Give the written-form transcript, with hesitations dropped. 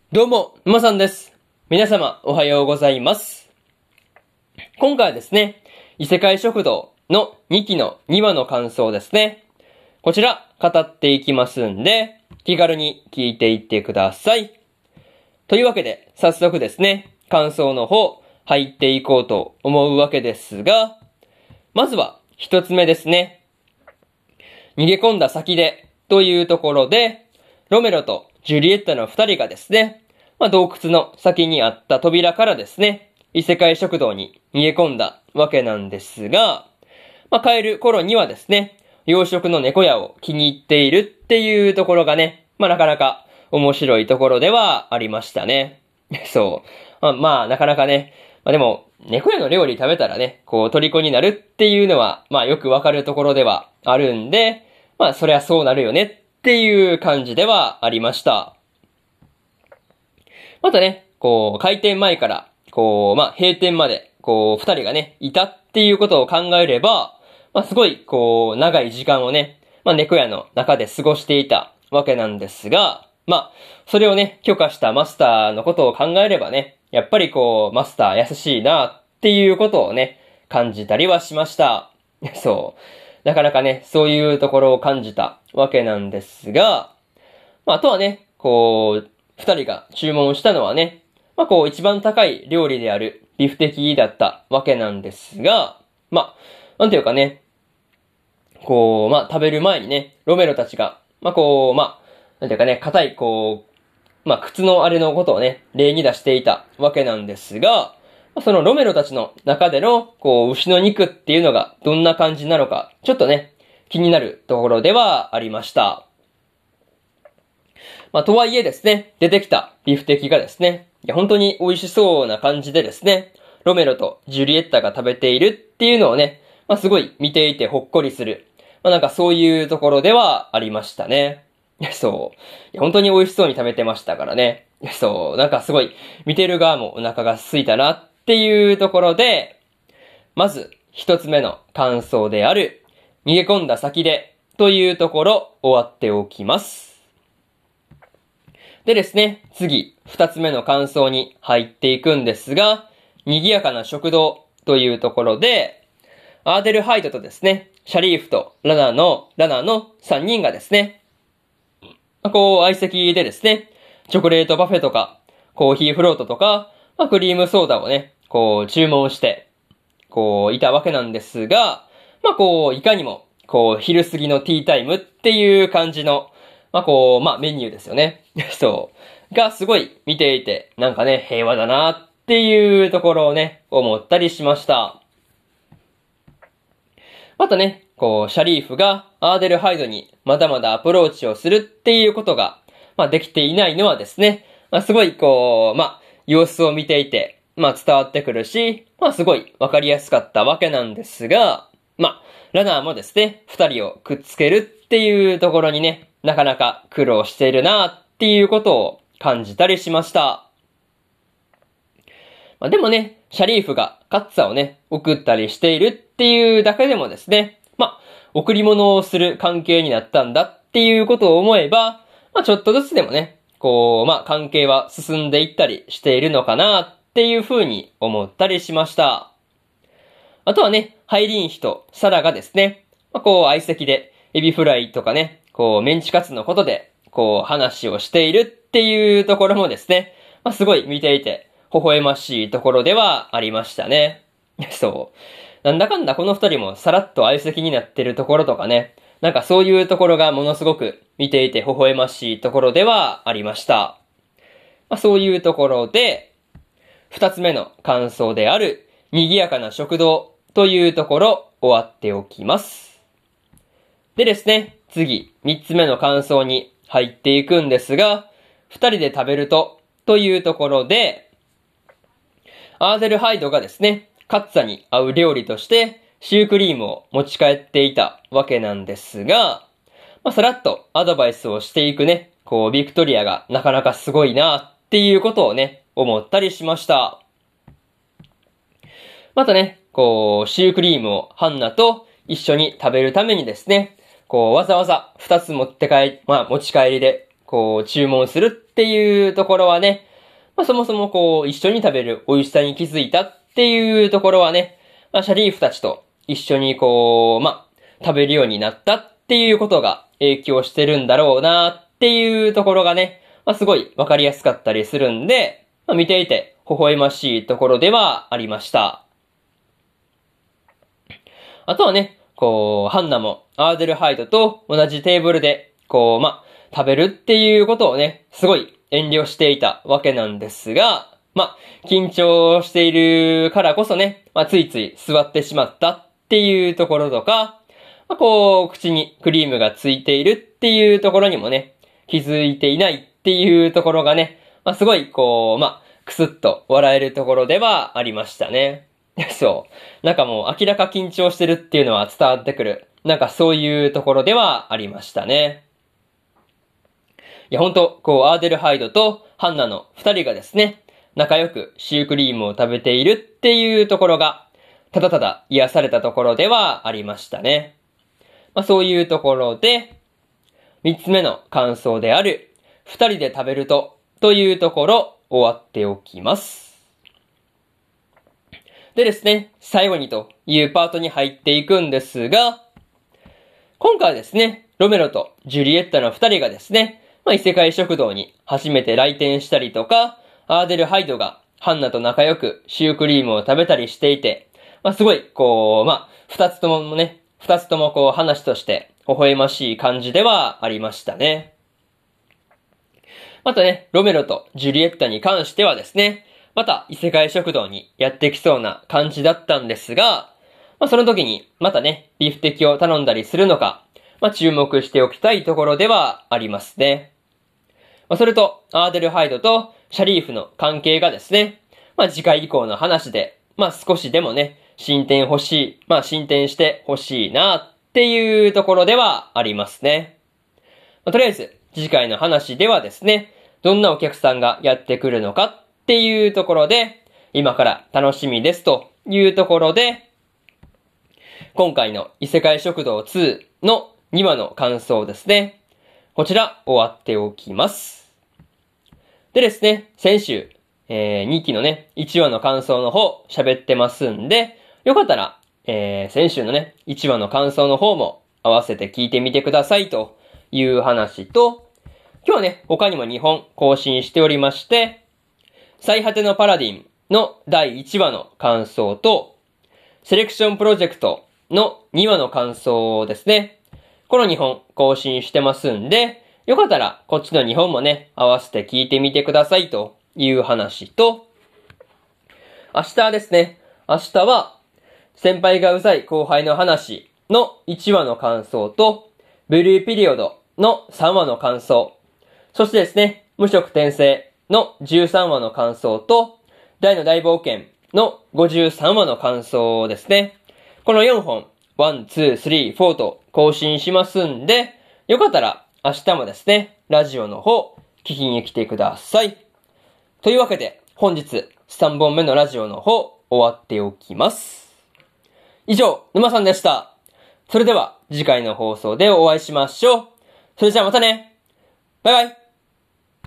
どうも、沼さんです。皆様、おはようございます。今回はですね、異世界食堂の2期の2話の感想ですね。こちら、語っていきますんで、気軽に聞いていってください。というわけで、早速ですね、感想の方、入っていこうと思うわけですが、まずは、一つ目ですね。逃げ込んだ先で、というところで、ロメロとジュリエッタの二人がですね、洞窟の先にあった扉からですね、異世界食堂に逃げ込んだわけなんですが、帰る頃にはですね、洋食の猫屋を気に入っているっていうところがね、なかなか面白いところではありましたね。そう。なかなかね、でも、猫屋の料理食べたらね、虜になるっていうのは、よくわかるところではあるんで、そりゃそうなるよねっていう感じではありました。またね、開店前から、閉店まで、二人がね、いたっていうことを考えれば、すごい、長い時間をね、猫屋の中で過ごしていたわけなんですが、それをね、許可したマスターのことを考えればね、やっぱりマスター優しいなっていうことをね、感じたりはしました。そう。なかなかね、そういうところを感じたわけなんですが、あとはね、二人が注文したのはね、一番高い料理であるビフテキだったわけなんですが、なんていうかね、食べる前にね、ロメロたちが、なんていうかね、硬い、靴のあれのことをね、例に出していたわけなんですが、そのロメロたちの中での、牛の肉っていうのがどんな感じなのか、ちょっとね、気になるところではありました。とはいえですね、出てきたビフテキがですね、本当に美味しそうな感じでですね、ロメロとジュリエッタが食べているっていうのをね、すごい見ていてほっこりする。なんかそういうところではありましたね。そう。本当に美味しそうに食べてましたからね。そう。なんかすごい見てる側もお腹が空いたなっていうところで、まず一つ目の感想である、逃げ込んだ先でというところ終わっておきます。でですね、次、二つ目の感想に入っていくんですが、賑やかな食堂というところで、アーデルハイドとですね、シャリーフとラナの三人がですね、相席でですね、チョコレートパフェとか、コーヒーフロートとか、クリームソーダをね、注文して、いたわけなんですが、いかにも、昼過ぎのティータイムっていう感じの、メニューですよね。そう。が、すごい見ていて、なんかね、平和だなっていうところをね、思ったりしました。またね、シャリーフがアーデルハイドにまだまだアプローチをするっていうことが、できていないのはですね、すごい様子を見ていて、伝わってくるし、すごいわかりやすかったわけなんですが、ラナーもですね、二人をくっつけるっていうところにね、なかなか苦労しているなっていうことを感じたりしました。でもね、シャリーフがカッツァをね、送ったりしているっていうだけでもですね、贈り物をする関係になったんだっていうことを思えば、ちょっとずつでもね、関係は進んでいったりしているのかなっていう風に思ったりしました。あとはね、ハイリーン妃とサラがですね、相席でエビフライとかね、メンチカツのことで、話をしているっていうところもですね、すごい見ていて、微笑ましいところではありましたね。そう。なんだかんだこの二人もさらっと相席になってるところとかね、なんかそういうところがものすごく見ていて微笑ましいところではありました。そういうところで、二つ目の感想である、賑やかな食堂というところ終わっておきます。でですね、次、三つ目の感想に入っていくんですが、二人で食べるというところで、アーデルハイドがですね、カッツァに合う料理としてシュークリームを持ち帰っていたわけなんですが、さらっとアドバイスをしていくね、ビクトリアがなかなかすごいなっていうことをね、思ったりしました。またね、シュークリームをハンナと一緒に食べるためにですね、わざわざ二つ持ち帰りで、注文するっっていうところはね、そもそも一緒に食べる美味しさに気づいたっていうところはね、シャリーフたちと一緒に食べるようになったっていうことが影響してるんだろうなっていうところがね、すごいわかりやすかったりするんで、見ていて微笑ましいところではありました。あとはね、ハンナもアーデルハイドと同じテーブルで、食べるっていうことをね、すごい遠慮していたわけなんですが、緊張しているからこそね、ついつい座ってしまったっていうところとか、口にクリームがついているっていうところにもね、気づいていないっていうところがね、すごいくすっと笑えるところではありましたね。そう。なんかもう明らか緊張してるっていうのは伝わってくる。なんかそういうところではありましたね。いや、ほんと、アーデルハイドとハンナの二人がですね、仲良くシュークリームを食べているっていうところが、ただただ癒されたところではありましたね。そういうところで、三つ目の感想である、二人で食べるというところ、終わっておきます。でですね、最後にというパートに入っていくんですが、今回はですね、ロメロとジュリエッタの二人がですね、異世界食堂に初めて来店したりとか、アーデルハイドがハンナと仲良くシュークリームを食べたりしていて、すごい、二つとも話として微笑ましい感じではありましたね。またね、ロメロとジュリエッタに関してはですね、また異世界食堂にやってきそうな感じだったんですが、その時にまたね、ビフテキを頼んだりするのか、注目しておきたいところではありますね。それと、アーデルハイドとシャリーフの関係がですね、次回以降の話で、少しでもね、進展してほしいなっていうところではありますね。とりあえず、次回の話ではですね、どんなお客さんがやってくるのかっていうところで、今から楽しみですというところで、今回の異世界食堂2の2話の感想ですね。こちら終わっておきます。でですね、先週、2期のね、1話の感想の方喋ってますんで、よかったら、先週のね、1話の感想の方も合わせて聞いてみてくださいという話と、今日はね、他にも2本更新しておりまして、最果てのパラディンの第1話の感想と、セレクションプロジェクトの2話の感想ですね。この2本更新してますんで、よかったらこっちの2本もね、合わせて聞いてみてくださいという話と、明日ですね。明日は、先輩がうざい後輩の話の1話の感想と、ブルーピリオドの3話の感想、そしてですね、無色転生の13話の感想と、大の大冒険の53話の感想ですね。この4本、1、2、3、4と更新しますんで、よかったら明日もですね、ラジオの方、聞きに来てください。というわけで、本日3本目のラジオの方、終わっておきます。以上、沼さんでした。それでは、次回の放送でお会いしましょう。それじゃあまたね。バイバイ。